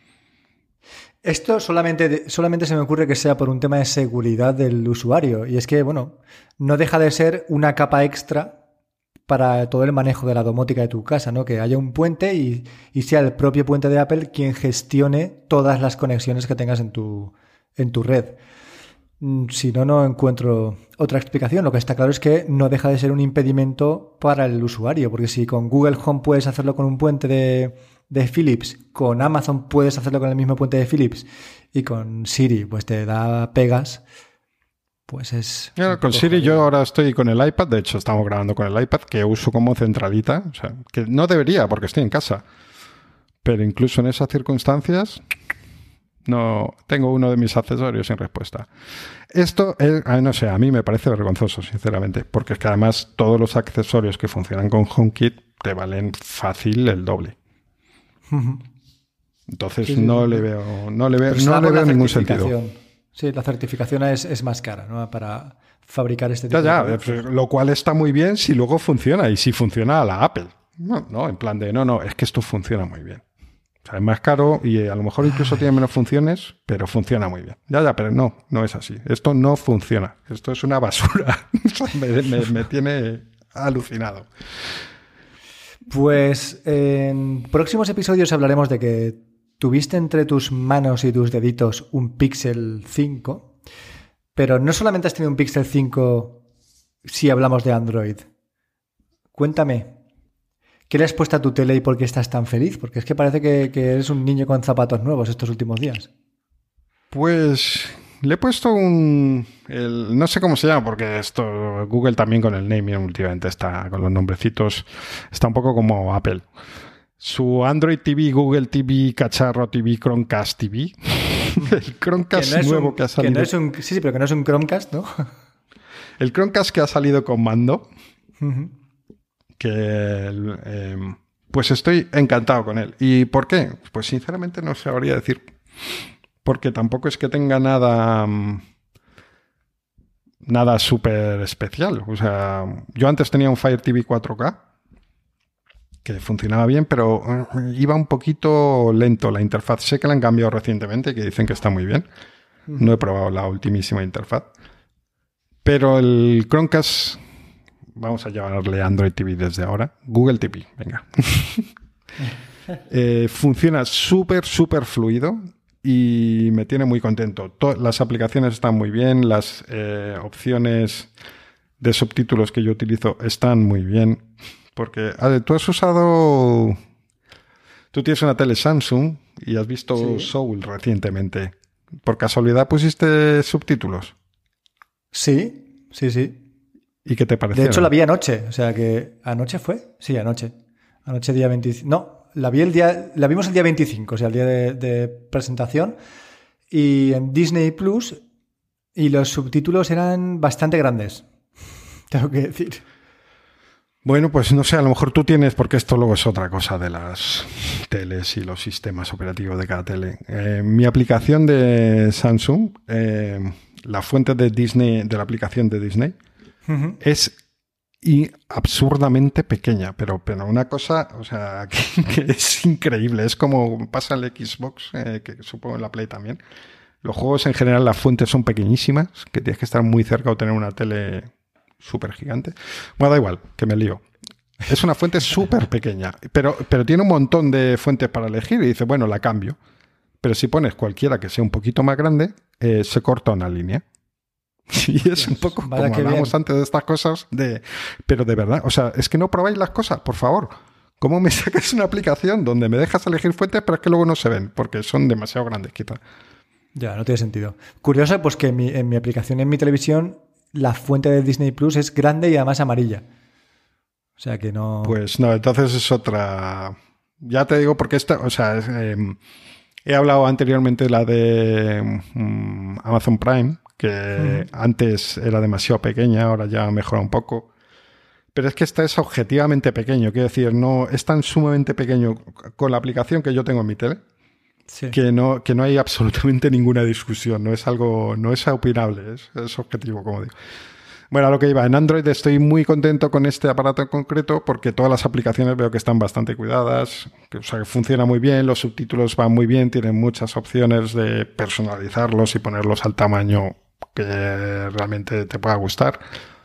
Esto solamente, solamente se me ocurre que sea por un tema de seguridad del usuario. Y es que, bueno, no deja de ser una capa extra para todo el manejo de la domótica de tu casa, ¿no? Que haya un puente y, y sea el propio puente de Apple quien gestione todas las conexiones que tengas en tu, en tu red. Si no, no encuentro otra explicación. Lo que está claro es que no deja de ser un impedimento para el usuario, porque si con Google Home puedes hacerlo con un puente de, de Philips, con Amazon puedes hacerlo con el mismo puente de Philips y con Siri pues te da pegas, pues es... Bueno, con Siri yo ahora estoy con el iPad, de hecho estamos grabando con el iPad, que uso como centralita, o sea, que no debería porque estoy en casa, pero incluso en esas circunstancias no tengo uno de mis accesorios sin respuesta. Esto, es, no sé, a mí me parece vergonzoso, sinceramente, porque es que además todos los accesorios que funcionan con HomeKit te valen fácil el doble. Entonces sí, sí, no, sí. Le veo, no le veo, no le veo ningún sentido. Sí, la certificación es, es más cara, ¿no? Para fabricar este tipo ya, de ya, productos. Lo cual está muy bien si luego funciona y si funciona a la Apple. No, no, en plan de, no, no, es que esto funciona muy bien. O sea, es más caro y a lo mejor incluso Ay. tiene menos funciones, pero funciona muy bien. Ya, ya, pero no, no es así. Esto no funciona. Esto es una basura. me, me, me tiene alucinado. Pues en próximos episodios hablaremos de que tuviste entre tus manos y tus deditos un Pixel cinco, pero no solamente has tenido un Pixel cinco si hablamos de Android. Cuéntame, ¿qué le has puesto a tu tele y por qué estás tan feliz? Porque es que parece que, que eres un niño con zapatos nuevos estos últimos días. Pues le he puesto un... El, no sé cómo se llama, porque esto Google también con el naming últimamente está con los nombrecitos, está un poco como Apple. Su Android T V, Google T V, Cacharro T V, Chromecast T V. El Chromecast que no nuevo un, que ha salido. Que no es un, sí, sí, pero que no es un Chromecast, ¿no? El Chromecast que ha salido con mando. Uh-huh. Que eh, pues estoy encantado con él. ¿Y por qué? Pues sinceramente no sabría decir. Porque tampoco es que tenga nada nada súper especial. O sea, yo antes tenía un Fire T V cuatro K que funcionaba bien, pero iba un poquito lento la interfaz. Sé que la han cambiado recientemente, que dicen que está muy bien. No he probado la ultimísima interfaz. Pero el Chromecast, vamos a llamarle Android T V desde ahora, Google T V, venga. eh, funciona súper, súper fluido y me tiene muy contento. To- las aplicaciones están muy bien, las eh, opciones de subtítulos que yo utilizo están muy bien. Porque, a ver, tú has usado... Tú tienes una tele Samsung y has visto sí. Soul recientemente. ¿Por casualidad pusiste subtítulos? Sí, sí, sí. ¿Y qué te pareció? De hecho, la vi anoche. O sea que... ¿Anoche fue? Sí, anoche. Anoche día veinticinco. No, la vi el día... La vimos el día veinticinco, o sea, el día de, de presentación. Y en Disney Plus. Y los subtítulos eran bastante grandes. Tengo que decir. Bueno, pues no sé, a lo mejor tú tienes, porque esto luego es otra cosa de las teles y los sistemas operativos de cada tele. Eh, mi aplicación de Samsung, eh, la fuente de Disney, de la aplicación de Disney, uh-huh. es y absurdamente pequeña, pero, pero una cosa, o sea, que, que es increíble. Es como pasa en el Xbox, eh, que supongo en la Play también. Los juegos en general, las fuentes son pequeñísimas, que tienes que estar muy cerca o tener una tele súper gigante. Bueno, da igual, que me lío. Es una fuente súper pequeña, pero, pero tiene un montón de fuentes para elegir y dice, bueno, la cambio. Pero si pones cualquiera que sea un poquito más grande, eh, se corta una línea. Y es un poco como hablábamos antes de estas cosas, de, pero de verdad, o sea, es que no probáis las cosas, por favor. ¿Cómo me sacas una aplicación donde me dejas elegir fuentes, pero es que luego no se ven, porque son demasiado grandes, quizás? Ya, no tiene sentido. Curioso, pues que en mi, en mi aplicación, en mi televisión, la fuente de Disney Plus es grande y además amarilla. O sea que no... Pues no, entonces es otra... Ya te digo, porque esta, o sea, es, eh, he hablado anteriormente de la de um, Amazon Prime, que mm. antes era demasiado pequeña, ahora ya mejora un poco. Pero es que esta es objetivamente pequeño, quiero decir, no es tan sumamente pequeño con la aplicación que yo tengo en mi tele. Sí. Que no, que no hay absolutamente ninguna discusión, no es algo, no es opinable, es, es objetivo, como digo. Bueno, a lo que iba, en Android estoy muy contento con este aparato en concreto porque todas las aplicaciones veo que están bastante cuidadas, que, o sea, que funciona muy bien, los subtítulos van muy bien, tienen muchas opciones de personalizarlos y ponerlos al tamaño que realmente te pueda gustar.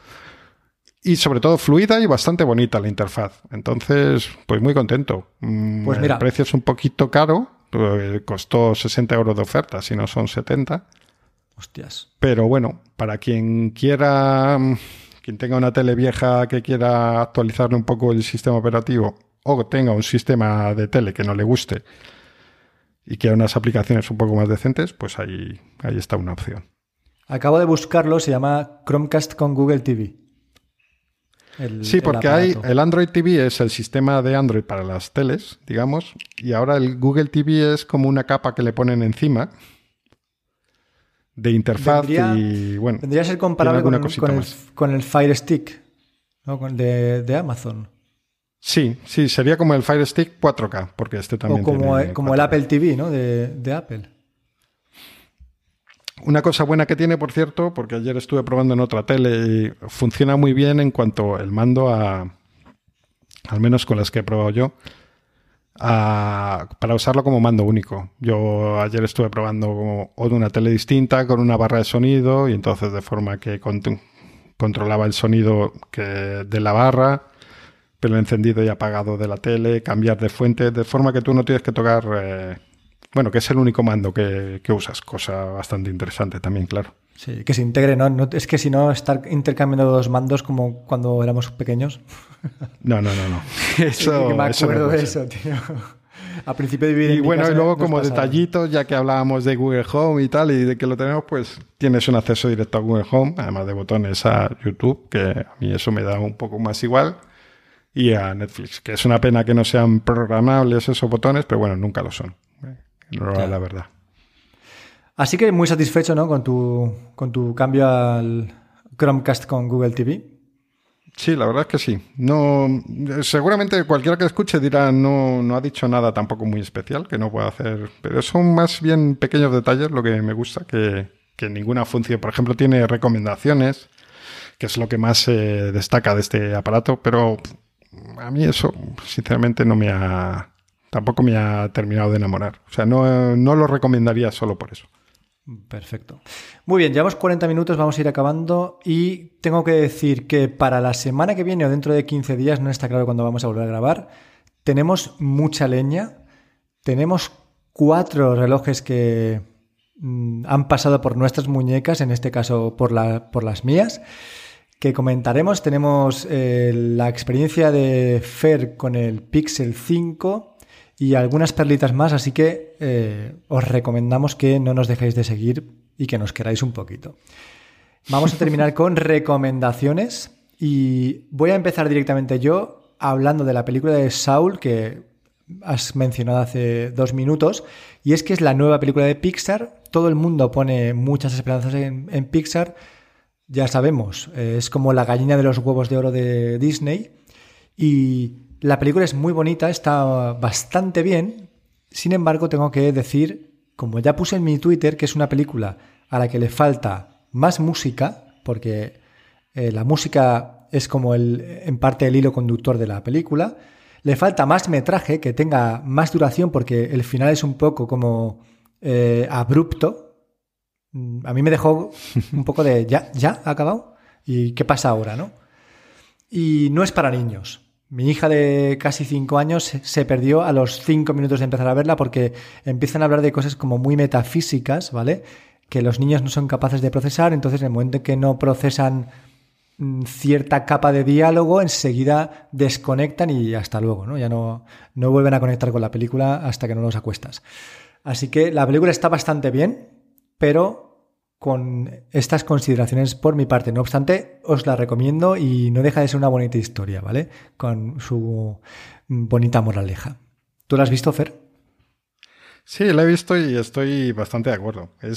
Y sobre todo fluida y bastante bonita la interfaz. Entonces, pues muy contento. Pues mira, el precio es un poquito caro. Costó sesenta euros de oferta, si no son setenta. Hostias. Pero bueno, para quien quiera, quien tenga una tele vieja que quiera actualizarle un poco el sistema operativo o tenga un sistema de tele que no le guste y quiera unas aplicaciones un poco más decentes, pues ahí, ahí está una opción. Acabo de buscarlo, se llama Chromecast con Google T V. El, Sí, porque el hay el Android T V es el sistema de Android para las teles, digamos, y ahora el Google T V es como una capa que le ponen encima de interfaz vendría, y bueno. Vendría a ser comparable con, con, el, con el Fire Stick, ¿no? de, de Amazon. Sí, sí, sería como el Fire Stick cuatro K, porque este también o como, tiene como el Apple T V, ¿no? De, de Apple. Una cosa buena que tiene, por cierto, porque ayer estuve probando en otra tele y funciona muy bien en cuanto el mando a, al menos con las que he probado yo, a, para usarlo como mando único. Yo ayer estuve probando o de una tele distinta con una barra de sonido y entonces de forma que cont- controlaba el sonido que de la barra, pero encendido y apagado de la tele, cambiar de fuente, de forma que tú no tienes que tocar... Eh, Bueno, que es el único mando que, que usas, cosa bastante interesante también, claro. Sí, que se integre, ¿no? no es que si no, estar intercambiando dos mandos como cuando éramos pequeños. No, no, no, no. Eso, sí, me eso acuerdo no de eso, tío. A principio de vivir y en mi bueno, casa y luego nos como pasaba. detallitos, ya que hablábamos de Google Home y tal, y de que lo tenemos, pues tienes un acceso directo a Google Home, además de botones a YouTube, que a mí eso me da un poco más igual, y a Netflix, que es una pena que no sean programables esos botones, pero bueno, nunca lo son. No, la verdad. Así que muy satisfecho, ¿no? Con tu, con tu cambio al Chromecast con Google T V. Sí, la verdad es que sí. No, seguramente cualquiera que escuche dirá no, no ha dicho nada tampoco muy especial que no pueda hacer, pero son más bien pequeños detalles lo que me gusta que, que ninguna función. Por ejemplo, tiene recomendaciones, que es lo que más se eh, destaca de este aparato, pero a mí eso sinceramente no me ha... Tampoco me ha terminado de enamorar. O sea, no, no lo recomendaría solo por eso. Perfecto. Muy bien, llevamos cuarenta minutos, vamos a ir acabando y tengo que decir que para la semana que viene o dentro de quince días, no está claro cuándo vamos a volver a grabar, tenemos mucha leña, tenemos cuatro relojes que mm, han pasado por nuestras muñecas, en este caso por, la, por las mías, que comentaremos. Tenemos eh, la experiencia de Fer con el Pixel cinco y algunas perlitas más, así que eh, os recomendamos que no nos dejéis de seguir y que nos queráis un poquito. Vamos a terminar con recomendaciones y voy a empezar directamente yo hablando de la película de Saul que has mencionado hace dos minutos, y es que es la nueva película de Pixar. Todo el mundo pone muchas esperanzas en, en Pixar, ya sabemos, eh, es como la gallina de los huevos de oro de Disney, y la película es muy bonita, está bastante bien. Sin embargo, tengo que decir, como ya puse en mi Twitter, que es una película a la que le falta más música, porque eh, la música es como el, en parte el hilo conductor de la película. Le falta más metraje, que tenga más duración, porque el final es un poco como eh, abrupto. A mí me dejó un poco de ¿ya? ¿Ya? ¿Ha acabado? ¿Y qué pasa ahora, no? Y no es para niños. Mi hija de casi cinco años se perdió a los cinco minutos de empezar a verla porque empiezan a hablar de cosas como muy metafísicas, ¿vale? Que los niños no son capaces de procesar, entonces en el momento en que no procesan cierta capa de diálogo, enseguida desconectan y hasta luego, ¿no? Ya no, no vuelven a conectar con la película hasta que no los acuestas. Así que la película está bastante bien, pero con estas consideraciones por mi parte. No obstante, os la recomiendo y no deja de ser una bonita historia, ¿vale? Con su bonita moraleja. ¿Tú la has visto, Fer? Sí, la he visto y estoy bastante de acuerdo. Es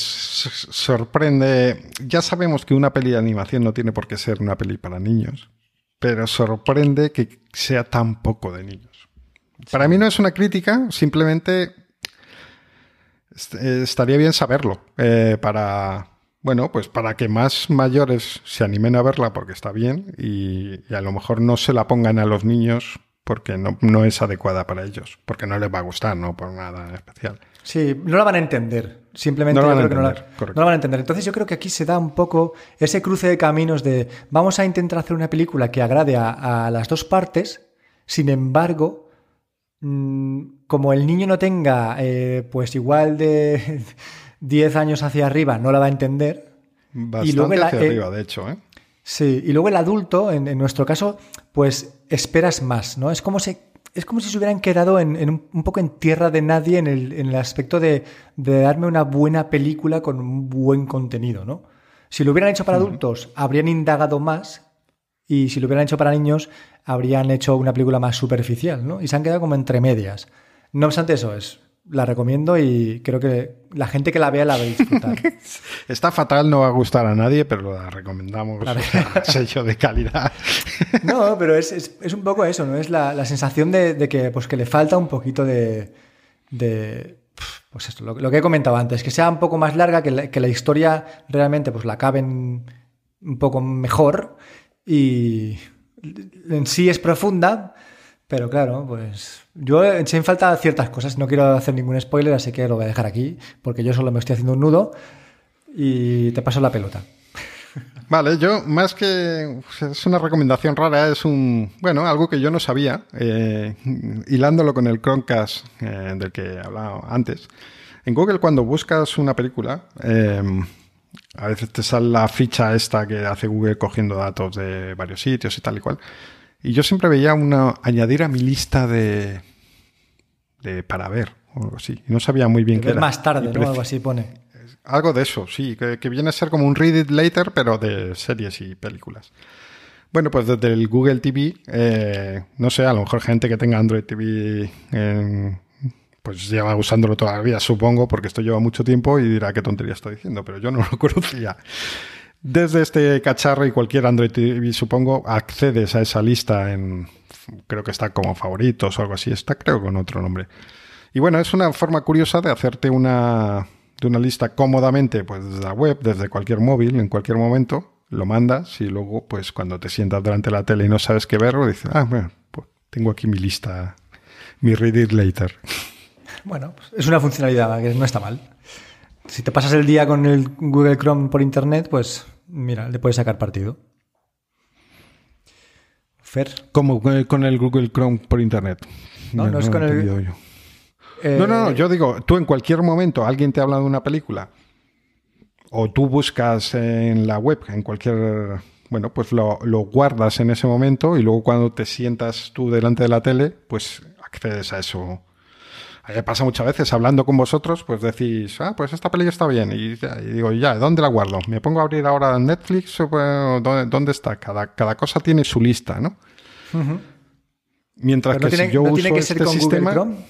sorprende. Ya sabemos que una peli de animación no tiene por qué ser una peli para niños, pero sorprende que sea tan poco de niños. Sí. Para mí no es una crítica, simplemente estaría bien saberlo eh, para... Bueno, pues para que más mayores se animen a verla porque está bien y, y a lo mejor no se la pongan a los niños porque no, no es adecuada para ellos, porque no les va a gustar, no por nada especial. Sí, no la van a entender, simplemente no yo la creo que no la, correcto. no la van a entender. Entonces yo creo que aquí se da un poco ese cruce de caminos de vamos a intentar hacer una película que agrade a, a las dos partes, sin embargo, mmm, como el niño no tenga eh, pues igual de... diez años hacia arriba no la va a entender. Bastante y luego el, hacia eh, arriba, de hecho, ¿eh? Sí, y luego el adulto, en, en nuestro caso, pues esperas más, ¿no? Es como si, es como si se hubieran quedado en, en un, un poco en tierra de nadie en el, en el aspecto de, de darme una buena película con un buen contenido, ¿no? Si lo hubieran hecho para adultos, habrían indagado más y si lo hubieran hecho para niños, habrían hecho una película más superficial, ¿no? Y se han quedado como entre medias. No obstante eso, es, la recomiendo y creo que la gente que la vea la va a disfrutar. Está fatal, no va a gustar a nadie, pero la recomendamos. Claro. Sello de calidad. No, pero es, es, es un poco eso, ¿no? Es la, la sensación de, de que, pues, que le falta un poquito de... de pues esto, lo, lo que he comentado antes, que sea un poco más larga, que la, que la historia realmente pues la acaben un poco mejor y en sí es profunda, pero claro, pues yo eché en falta ciertas cosas, no quiero hacer ningún spoiler, así que lo voy a dejar aquí, porque yo solo me estoy haciendo un nudo y te paso la pelota. Vale, yo más que es una recomendación rara, es un, bueno, algo que yo no sabía, eh, hilándolo con el Chromecast eh, del que hablaba antes. En Google, cuando buscas una película, eh, a veces te sale la ficha esta que hace Google cogiendo datos de varios sitios y tal y cual. Y yo siempre veía una añadir a mi lista de, de para ver o algo así. Y no sabía muy bien De qué ver era. más tarde, Y ¿no? parece- Algo así pone. Algo de eso, sí, que, que viene a ser como un Read It Later, pero de series y películas. Bueno, pues desde el Google T V, eh, no sé, a lo mejor gente que tenga Android T V, eh, pues lleva usándolo toda la vida, supongo, porque esto lleva mucho tiempo y dirá qué tontería estoy diciendo, pero yo no lo conocía. Desde este cacharro y cualquier Android T V, supongo, accedes a esa lista en, creo que está como favoritos o algo así, está creo con otro nombre. Y bueno, es una forma curiosa de hacerte una... de una lista cómodamente, pues desde la web, desde cualquier móvil, en cualquier momento, lo mandas y luego, pues cuando te sientas delante de la tele y no sabes qué ver, dices, ah, bueno, pues tengo aquí mi lista, mi Read It Later. Bueno, pues es una funcionalidad que no está mal. Si te pasas el día con el Google Chrome por internet, pues mira, le puedes sacar partido. Fer. ¿Cómo con el Google Chrome por internet? No, no es con he el- entendido yo. Eh, No, no, no, yo digo, tú en cualquier momento alguien te habla de una película o tú buscas en la web, en cualquier... Bueno, pues lo, lo guardas en ese momento y luego cuando te sientas tú delante de la tele, pues accedes a eso. A mí me pasa muchas veces, hablando con vosotros, pues decís, ah, pues esta película está bien. Y, ya, y digo, ya, ¿dónde la guardo? ¿Me pongo a abrir ahora Netflix? O, bueno, ¿dónde, dónde está? Cada, cada cosa tiene su lista, ¿no? Uh-huh. Mientras Pero que no tiene, si yo no uso tiene que ser este con sistema... Google Chrome.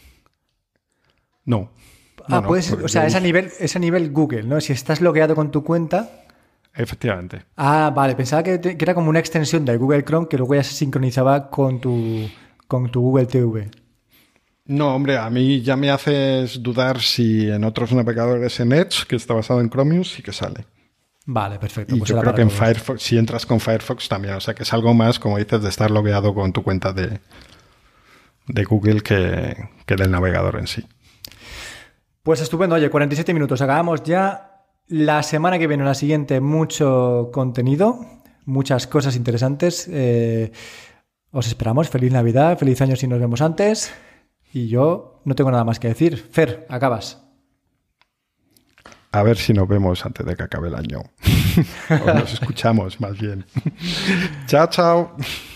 No. Ah, No, no, puede ser, porque o sea, yo es a uso- nivel, es a nivel Google, ¿no? Si estás logueado con tu cuenta. Efectivamente. Ah, vale, pensaba que, te- que era como una extensión del Google Chrome que luego ya se sincronizaba con tu, con tu Google T V. No, hombre, a mí ya me haces dudar si en otros navegadores en Edge, que está basado en Chromium, sí que sale. Vale, perfecto. Y pues yo era creo para que en todos. Firefox, si entras con Firefox también, o sea que es algo más, como dices, de estar logueado con tu cuenta de, de Google que, que del navegador en sí. Pues estupendo, oye, cuarenta y siete minutos. Acabamos ya. La semana que viene, la siguiente, mucho contenido, muchas cosas interesantes. Eh, os esperamos. Feliz Navidad, feliz año si nos vemos antes. Y yo no tengo nada más que decir. Fer, acabas. A ver si nos vemos antes de que acabe el año. O nos escuchamos, más bien. Chao, chao.